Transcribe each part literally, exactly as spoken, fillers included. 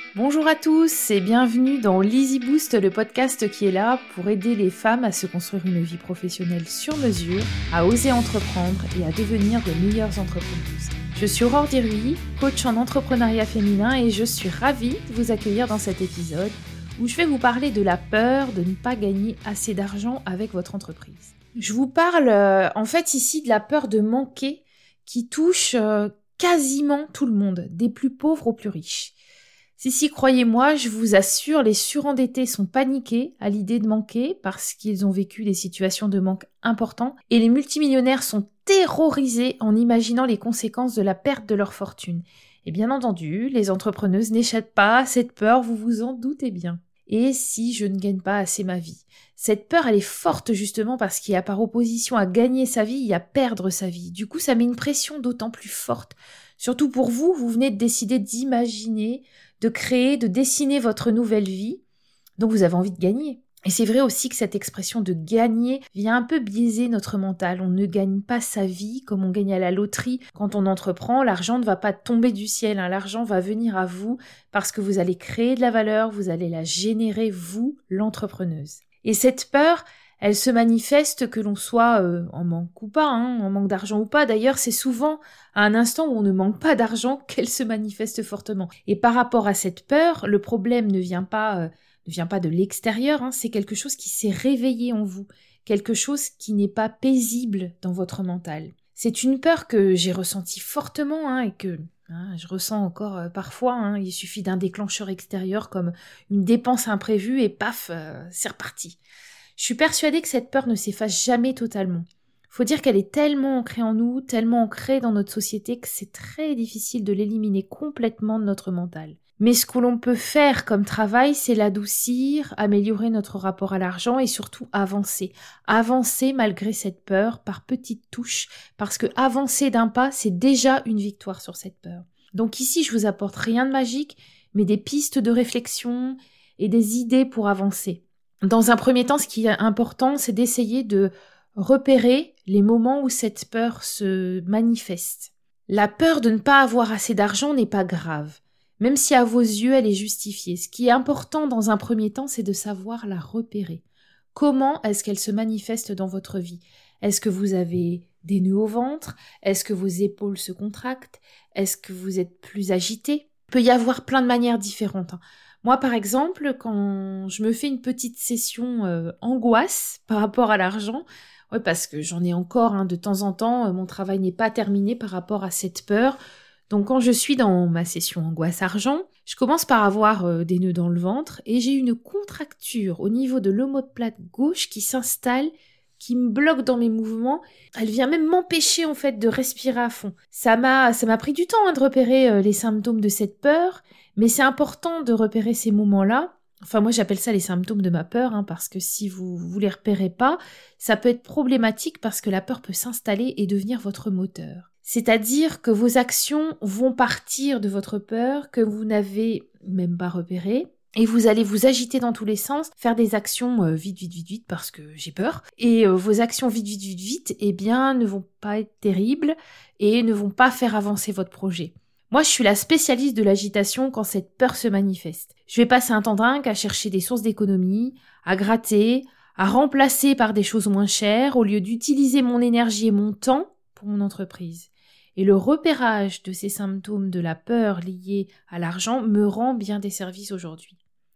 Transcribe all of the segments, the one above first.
Bonjour à tous et bienvenue dans l'Easy Boost, le podcast qui est là pour aider les femmes à se construire une vie professionnelle sur mesure, à oser entreprendre et à devenir de meilleures entrepreneuses. Je suis Aurore Diruy, coach en entrepreneuriat féminin et je suis ravie de vous accueillir dans cet épisode où je vais vous parler de la peur de ne pas gagner assez d'argent avec votre entreprise. Je vous parle euh, en fait ici de la peur de manquer qui touche euh, quasiment tout le monde, des plus pauvres aux plus riches. Si, si, croyez-moi, je vous assure, les surendettés sont paniqués à l'idée de manquer parce qu'ils ont vécu des situations de manque importants et les multimillionnaires sont terrorisés en imaginant les conséquences de la perte de leur fortune. Et bien entendu, les entrepreneuses n'échappent pas à cette peur, vous vous en doutez bien. Et si je ne gagne pas assez ma vie? Cette peur, elle est forte justement parce qu'il y a par opposition à gagner sa vie, il y a perdre sa vie. Du coup, ça met une pression d'autant plus forte. Surtout pour vous, vous venez de décider d'imaginer, de créer, de dessiner votre nouvelle vie, donc vous avez envie de gagner. Et c'est vrai aussi que cette expression de gagner vient un peu biaiser notre mental. On ne gagne pas sa vie comme on gagne à la loterie. Quand on entreprend, l'argent ne va pas tomber du ciel, hein. L'argent va venir à vous parce que vous allez créer de la valeur, vous allez la générer, vous, l'entrepreneuse. Et cette peur, elle se manifeste que l'on soit euh, en manque ou pas, hein, en manque d'argent ou pas. D'ailleurs, c'est souvent à un instant où on ne manque pas d'argent qu'elle se manifeste fortement. Et par rapport à cette peur, le problème ne vient pas, euh, ne vient pas de l'extérieur, hein, c'est quelque chose qui s'est réveillé en vous, quelque chose qui n'est pas paisible dans votre mental. C'est une peur que j'ai ressentie fortement hein, et que hein, je ressens encore euh, parfois. Hein, il suffit d'un déclencheur extérieur comme une dépense imprévue et paf, euh, c'est reparti. Je suis persuadée que cette peur ne s'efface jamais totalement. Faut dire qu'elle est tellement ancrée en nous, tellement ancrée dans notre société que c'est très difficile de l'éliminer complètement de notre mental. Mais ce que l'on peut faire comme travail, c'est l'adoucir, améliorer notre rapport à l'argent et surtout avancer. Avancer malgré cette peur par petites touches, parce que avancer d'un pas, c'est déjà une victoire sur cette peur. Donc ici, je vous apporte rien de magique, mais des pistes de réflexion et des idées pour avancer. Dans un premier temps, ce qui est important, c'est d'essayer de repérer les moments où cette peur se manifeste. La peur de ne pas avoir assez d'argent n'est pas grave, même si à vos yeux elle est justifiée. Ce qui est important dans un premier temps, c'est de savoir la repérer. Comment est-ce qu'elle se manifeste dans votre vie? Est-ce que vous avez des nœuds au ventre? Est-ce que vos épaules se contractent? Est-ce que vous êtes plus agité? Il peut y avoir plein de manières différentes, hein. Moi, par exemple, quand je me fais une petite session euh, angoisse par rapport à l'argent, ouais, parce que j'en ai encore hein, de temps en temps, euh, mon travail n'est pas terminé par rapport à cette peur. Donc quand je suis dans ma session angoisse argent, je commence par avoir euh, des nœuds dans le ventre et j'ai une contracture au niveau de l'omoplate gauche qui s'installe, qui me bloque dans mes mouvements. Elle vient même m'empêcher en fait de respirer à fond. Ça m'a, ça m'a pris du temps hein, de repérer euh, les symptômes de cette peur. Mais c'est important de repérer ces moments-là. Enfin, moi, j'appelle ça les symptômes de ma peur, hein, parce que si vous vous les repérez pas, ça peut être problématique parce que la peur peut s'installer et devenir votre moteur. C'est-à-dire que vos actions vont partir de votre peur que vous n'avez même pas repérée. Et vous allez vous agiter dans tous les sens, faire des actions euh, vite, vite, vite, vite, parce que j'ai peur. Et euh, vos actions vite, vite, vite, vite, eh bien, ne vont pas être terribles et ne vont pas faire avancer votre projet. Moi, je suis la spécialiste de l'agitation quand cette peur se manifeste. Je vais passer un temps dingue à chercher des sources d'économie, à gratter, à remplacer par des choses moins chères au lieu d'utiliser mon énergie et mon temps pour mon entreprise. Et le repérage de ces symptômes de la peur liée à l'argent me rend bien des services aujourd'hui.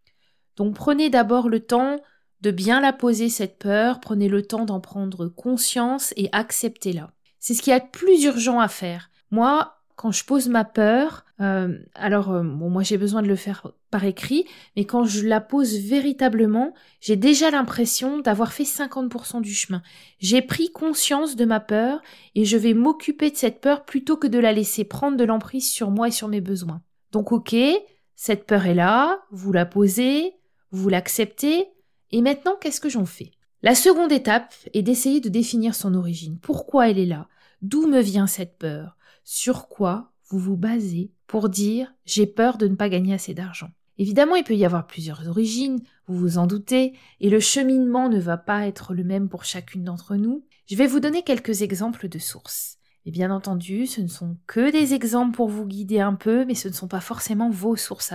Donc prenez d'abord le temps de bien la poser cette peur, prenez le temps d'en prendre conscience et acceptez-la. C'est ce qu'il y a de plus urgent à faire. Moi, quand je pose ma peur, euh, alors euh, bon, moi j'ai besoin de le faire par écrit, mais quand je la pose véritablement, j'ai déjà l'impression d'avoir fait cinquante pour cent du chemin. J'ai pris conscience de ma peur et je vais m'occuper de cette peur plutôt que de la laisser prendre de l'emprise sur moi et sur mes besoins. Donc ok, cette peur est là, vous la posez, vous l'acceptez, et maintenant qu'est-ce que j'en fais? La seconde étape est d'essayer de définir son origine. Pourquoi elle est là? D'où me vient cette peur? Sur quoi vous vous basez pour dire « j'ai peur de ne pas gagner assez d'argent ». Évidemment, il peut y avoir plusieurs origines, vous vous en doutez, et le cheminement ne va pas être le même pour chacune d'entre nous. Je vais vous donner quelques exemples de sources. Et bien entendu, ce ne sont que des exemples pour vous guider un peu, mais ce ne sont pas forcément vos sources à vous.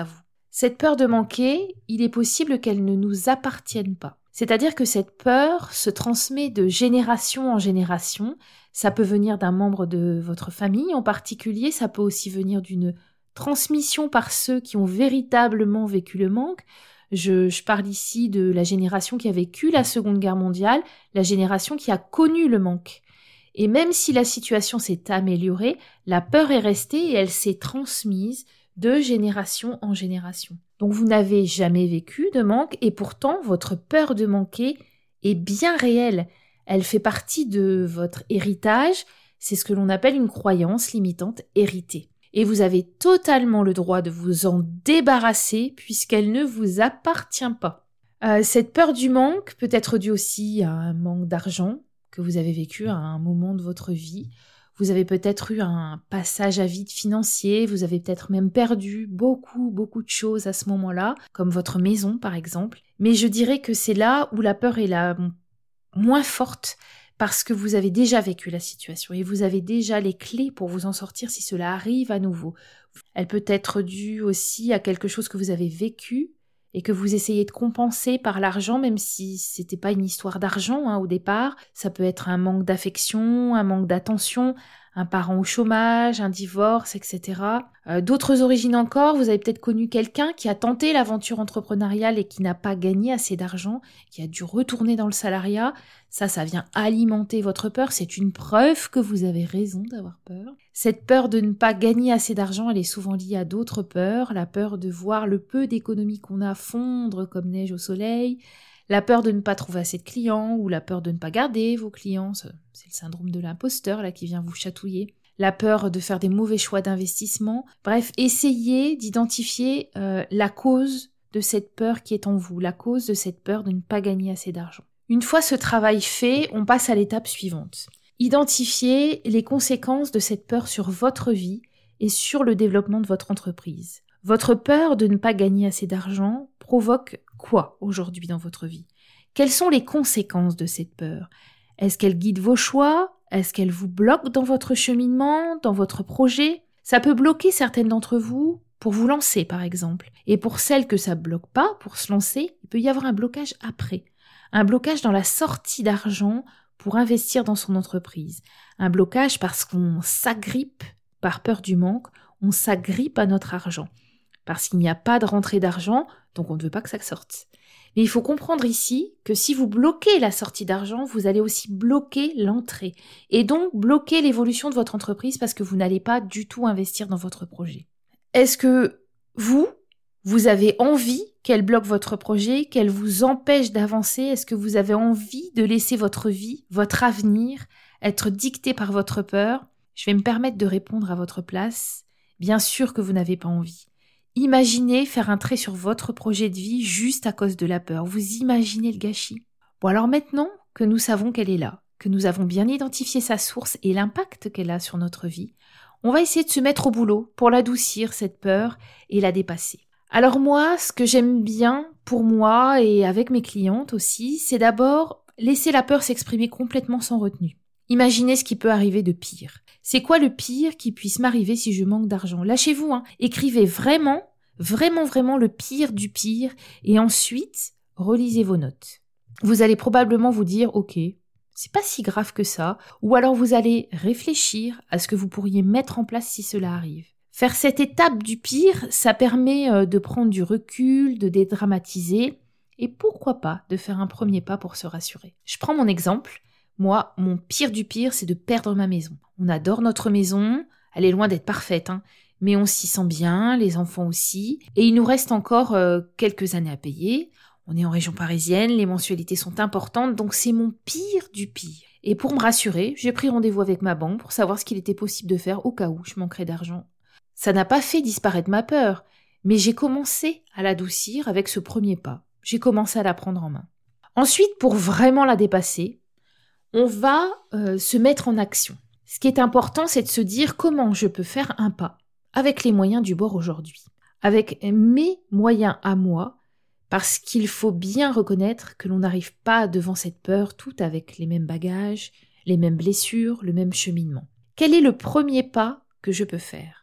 Cette peur de manquer, il est possible qu'elle ne nous appartienne pas. C'est-à-dire que cette peur se transmet de génération en génération. Ça peut venir d'un membre de votre famille en particulier, ça peut aussi venir d'une transmission par ceux qui ont véritablement vécu le manque. Je, je parle ici de la génération qui a vécu la Seconde Guerre mondiale, la génération qui a connu le manque. Et même si la situation s'est améliorée, la peur est restée et elle s'est transmise de génération en génération. Donc vous n'avez jamais vécu de manque et pourtant votre peur de manquer est bien réelle. Elle fait partie de votre héritage, c'est ce que l'on appelle une croyance limitante héritée. Et vous avez totalement le droit de vous en débarrasser puisqu'elle ne vous appartient pas. Euh, cette peur du manque peut être due aussi à un manque d'argent que vous avez vécu à un moment de votre vie. Vous avez peut-être eu un passage à vide financier, vous avez peut-être même perdu beaucoup, beaucoup de choses à ce moment-là, comme votre maison par exemple. Mais je dirais que c'est là où la peur est la moins forte, parce que vous avez déjà vécu la situation et vous avez déjà les clés pour vous en sortir si cela arrive à nouveau. Elle peut être due aussi à quelque chose que vous avez vécu et que vous essayez de compenser par l'argent, même si c'était pas une histoire d'argent hein, au départ. Ça peut être un manque d'affection, un manque d'attention, un parent au chômage, un divorce, et cetera. Euh, d'autres origines encore, vous avez peut-être connu quelqu'un qui a tenté l'aventure entrepreneuriale et qui n'a pas gagné assez d'argent, qui a dû retourner dans le salariat. Ça, ça vient alimenter votre peur. C'est une preuve que vous avez raison d'avoir peur. Cette peur de ne pas gagner assez d'argent, elle est souvent liée à d'autres peurs. La peur de voir le peu d'économies qu'on a fondre comme neige au soleil. La peur de ne pas trouver assez de clients ou la peur de ne pas garder vos clients. C'est le syndrome de l'imposteur là qui vient vous chatouiller. La peur de faire des mauvais choix d'investissement. Bref, essayez d'identifier euh, la cause de cette peur qui est en vous, la cause de cette peur de ne pas gagner assez d'argent. Une fois ce travail fait, on passe à l'étape suivante. Identifiez les conséquences de cette peur sur votre vie et sur le développement de votre entreprise. Votre peur de ne pas gagner assez d'argent provoque quoi aujourd'hui dans votre vie? Quelles sont les conséquences de cette peur? Est-ce qu'elle guide vos choix? Est-ce qu'elle vous bloque dans votre cheminement, dans votre projet? Ça peut bloquer certaines d'entre vous pour vous lancer par exemple. Et pour celles que ça bloque pas, pour se lancer, il peut y avoir un blocage après. Un blocage dans la sortie d'argent pour investir dans son entreprise. Un blocage parce qu'on s'agrippe par peur du manque, on s'agrippe à notre argent. Parce qu'il n'y a pas de rentrée d'argent, donc on ne veut pas que ça sorte. Mais il faut comprendre ici que si vous bloquez la sortie d'argent, vous allez aussi bloquer l'entrée. Et donc bloquer l'évolution de votre entreprise parce que vous n'allez pas du tout investir dans votre projet. Est-ce que vous, vous avez envie qu'elle bloque votre projet, qu'elle vous empêche d'avancer? Est-ce que vous avez envie de laisser votre vie, votre avenir, être dicté par votre peur? Je vais me permettre de répondre à votre place. Bien sûr que vous n'avez pas envie. Imaginez faire un trait sur votre projet de vie juste à cause de la peur. Vous imaginez le gâchis. Bon alors maintenant que nous savons qu'elle est là, que nous avons bien identifié sa source et l'impact qu'elle a sur notre vie, on va essayer de se mettre au boulot pour l'adoucir, cette peur, et la dépasser. Alors moi, ce que j'aime bien pour moi et avec mes clientes aussi, c'est d'abord laisser la peur s'exprimer complètement sans retenue. Imaginez ce qui peut arriver de pire. C'est quoi le pire qui puisse m'arriver si je manque d'argent? Lâchez-vous, hein. Écrivez vraiment, vraiment, vraiment le pire du pire et ensuite, relisez vos notes. Vous allez probablement vous dire, ok, c'est pas si grave que ça, ou alors vous allez réfléchir à ce que vous pourriez mettre en place si cela arrive. Faire cette étape du pire, ça permet de prendre du recul, de dédramatiser et pourquoi pas de faire un premier pas pour se rassurer. Je prends mon exemple. Moi, mon pire du pire, c'est de perdre ma maison. On adore notre maison, elle est loin d'être parfaite, hein, mais on s'y sent bien, les enfants aussi, et il nous reste encore euh, quelques années à payer. On est en région parisienne, les mensualités sont importantes, donc c'est mon pire du pire. Et pour me rassurer, j'ai pris rendez-vous avec ma banque pour savoir ce qu'il était possible de faire au cas où je manquerais d'argent. Ça n'a pas fait disparaître ma peur, mais j'ai commencé à l'adoucir avec ce premier pas. J'ai commencé à la prendre en main. Ensuite, pour vraiment la dépasser, on va euh, se mettre en action. Ce qui est important, c'est de se dire comment je peux faire un pas avec les moyens du bord aujourd'hui, avec mes moyens à moi, parce qu'il faut bien reconnaître que l'on n'arrive pas devant cette peur tout avec les mêmes bagages, les mêmes blessures, le même cheminement. Quel est le premier pas que je peux faire?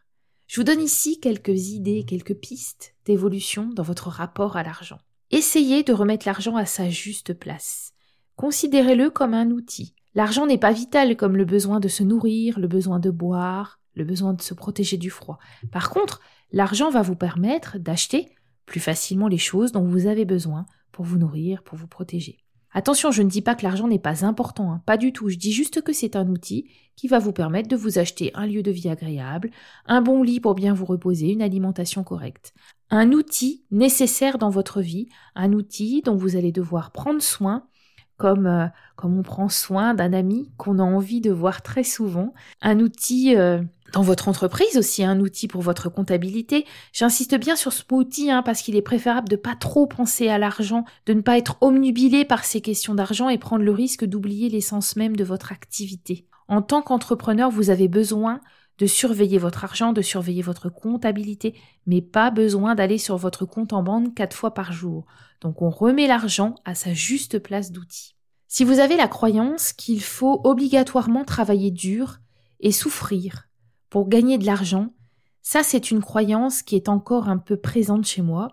Je vous donne ici quelques idées, quelques pistes d'évolution dans votre rapport à l'argent. Essayez de remettre l'argent à sa juste place. Considérez-le comme un outil. L'argent n'est pas vital comme le besoin de se nourrir, le besoin de boire, le besoin de se protéger du froid. Par contre, l'argent va vous permettre d'acheter plus facilement les choses dont vous avez besoin pour vous nourrir, pour vous protéger. Attention, je ne dis pas que l'argent n'est pas important, hein, pas du tout. Je dis juste que c'est un outil qui va vous permettre de vous acheter un lieu de vie agréable, un bon lit pour bien vous reposer, une alimentation correcte. Un outil nécessaire dans votre vie, un outil dont vous allez devoir prendre soin, comme, euh, comme on prend soin d'un ami qu'on a envie de voir très souvent. Un outil euh, dans votre entreprise aussi, un outil pour votre comptabilité. J'insiste bien sur ce mot outil hein, parce qu'il est préférable de ne pas trop penser à l'argent, de ne pas être omnubilé par ces questions d'argent et prendre le risque d'oublier l'essence même de votre activité. En tant qu'entrepreneur, vous avez besoin de surveiller votre argent, de surveiller votre comptabilité, mais pas besoin d'aller sur votre compte en banque quatre fois par jour. Donc on remet l'argent à sa juste place d'outil. Si vous avez la croyance qu'il faut obligatoirement travailler dur et souffrir pour gagner de l'argent, ça c'est une croyance qui est encore un peu présente chez moi.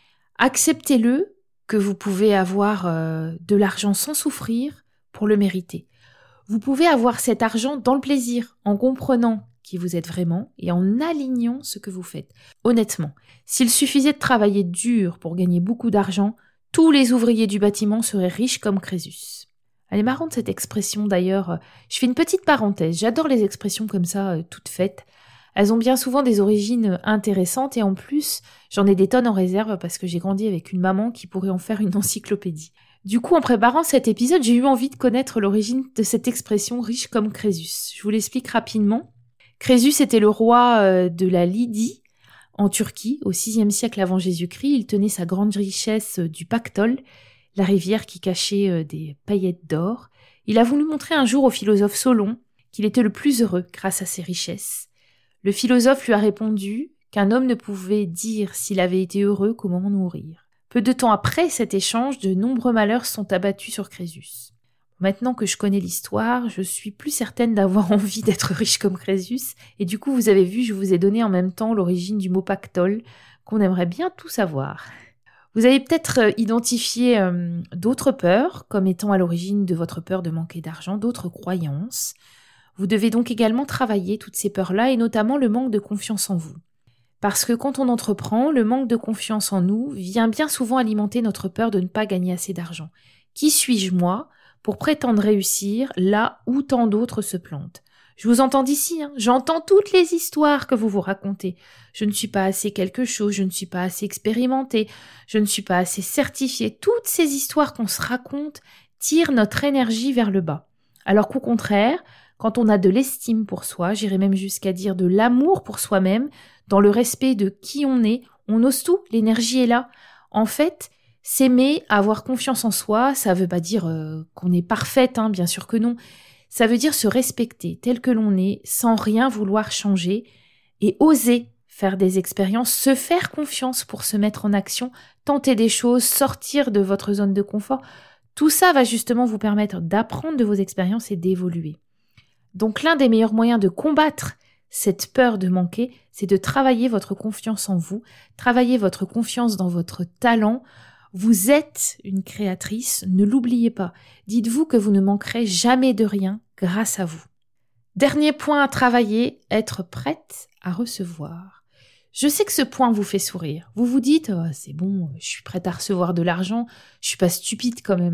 Acceptez-le que vous pouvez avoir euh, de l'argent sans souffrir pour le mériter. Vous pouvez avoir cet argent dans le plaisir, en comprenant qui vous êtes vraiment et en alignant ce que vous faites. Honnêtement, s'il suffisait de travailler dur pour gagner beaucoup d'argent, tous les ouvriers du bâtiment seraient riches comme Crésus. Elle est marrante cette expression d'ailleurs. Je fais une petite parenthèse, j'adore les expressions comme ça, euh, toutes faites. Elles ont bien souvent des origines intéressantes et en plus, j'en ai des tonnes en réserve parce que j'ai grandi avec une maman qui pourrait en faire une encyclopédie. Du coup, en préparant cet épisode, j'ai eu envie de connaître l'origine de cette expression riche comme Crésus. Je vous l'explique rapidement. Crésus était le roi de la Lydie, en Turquie, au sixième siècle avant Jésus-Christ. Il tenait sa grande richesse du Pactole, la rivière qui cachait des paillettes d'or. Il a voulu montrer un jour au philosophe Solon qu'il était le plus heureux grâce à ses richesses. Le philosophe lui a répondu qu'un homme ne pouvait dire s'il avait été heureux qu'au moment de mourir. Peu de temps après cet échange, de nombreux malheurs sont abattus sur Crésus. Maintenant que je connais l'histoire, je suis plus certaine d'avoir envie d'être riche comme Crésus, et du coup vous avez vu, je vous ai donné en même temps l'origine du mot pactole, qu'on aimerait bien tout savoir. Vous avez peut-être identifié euh, d'autres peurs comme étant à l'origine de votre peur de manquer d'argent, d'autres croyances. Vous devez donc également travailler toutes ces peurs-là, et notamment le manque de confiance en vous. Parce que quand on entreprend, le manque de confiance en nous vient bien souvent alimenter notre peur de ne pas gagner assez d'argent. Qui suis-je moi pour prétendre réussir là où tant d'autres se plantent? Je vous entends d'ici, hein, j'entends toutes les histoires que vous vous racontez. Je ne suis pas assez quelque chose, je ne suis pas assez expérimentée, je ne suis pas assez certifiée. Toutes ces histoires qu'on se raconte tirent notre énergie vers le bas. Alors qu'au contraire, quand on a de l'estime pour soi, j'irais même jusqu'à dire de l'amour pour soi-même, dans le respect de qui on est, on ose tout, l'énergie est là. En fait, s'aimer, avoir confiance en soi, ça veut pas dire euh, qu'on est parfaite, hein, bien sûr que non. Ça veut dire se respecter tel que l'on est, sans rien vouloir changer, et oser faire des expériences, se faire confiance pour se mettre en action, tenter des choses, sortir de votre zone de confort. Tout ça va justement vous permettre d'apprendre de vos expériences et d'évoluer. Donc l'un des meilleurs moyens de combattre cette peur de manquer, c'est de travailler votre confiance en vous, travailler votre confiance dans votre talent. Vous êtes une créatrice, ne l'oubliez pas. Dites-vous que vous ne manquerez jamais de rien grâce à vous. Dernier point à travailler, être prête à recevoir. Je sais que ce point vous fait sourire. Vous vous dites oh, « c'est bon, je suis prête à recevoir de l'argent, je suis pas stupide quand même ».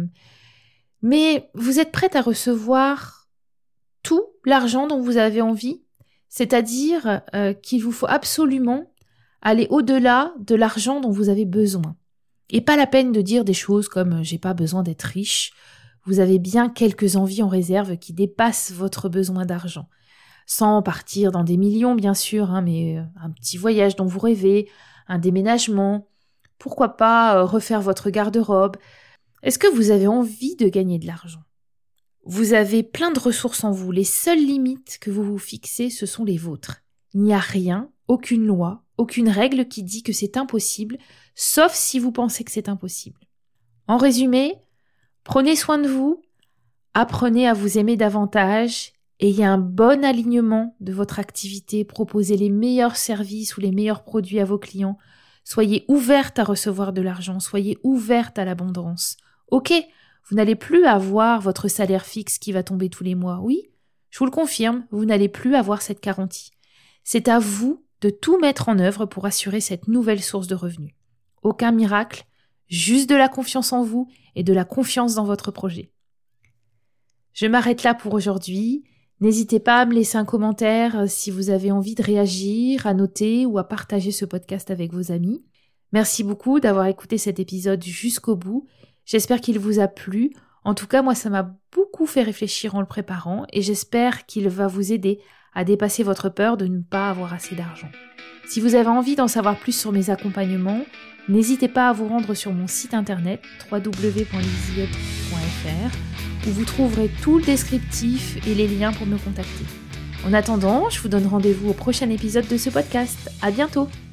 Mais vous êtes prête à recevoir tout l'argent dont vous avez envie ? C'est-à-dire euh, qu'il vous faut absolument aller au-delà de l'argent dont vous avez besoin. Et pas la peine de dire des choses comme « j'ai pas besoin d'être riche ». Vous avez bien quelques envies en réserve qui dépassent votre besoin d'argent. Sans partir dans des millions, bien sûr, hein, mais un petit voyage dont vous rêvez, un déménagement. Pourquoi pas euh, refaire votre garde-robe ? Est-ce que vous avez envie de gagner de l'argent ? Vous avez plein de ressources en vous. Les seules limites que vous vous fixez, ce sont les vôtres. Il n'y a rien, aucune loi, aucune règle qui dit que c'est impossible, sauf si vous pensez que c'est impossible. En résumé, prenez soin de vous, apprenez à vous aimer davantage Ayez un bon alignement de votre activité, proposez les meilleurs services ou les meilleurs produits à vos clients. Soyez ouverte à recevoir de l'argent, soyez ouverte à l'abondance. Ok, vous n'allez plus avoir votre salaire fixe qui va tomber tous les mois, oui, je vous le confirme, vous n'allez plus avoir cette garantie. C'est à vous de tout mettre en œuvre pour assurer cette nouvelle source de revenus. Aucun miracle, juste de la confiance en vous et de la confiance dans votre projet. Je m'arrête là pour aujourd'hui. N'hésitez pas à me laisser un commentaire si vous avez envie de réagir, à noter ou à partager ce podcast avec vos amis. Merci beaucoup d'avoir écouté cet épisode jusqu'au bout. J'espère qu'il vous a plu. En tout cas, moi, ça m'a beaucoup fait réfléchir en le préparant et j'espère qu'il va vous aider à dépasser votre peur de ne pas avoir assez d'argent. Si vous avez envie d'en savoir plus sur mes accompagnements, n'hésitez pas à vous rendre sur mon site internet w w w point lizy up point f r où vous trouverez tout le descriptif et les liens pour me contacter. En attendant, je vous donne rendez-vous au prochain épisode de ce podcast. À bientôt!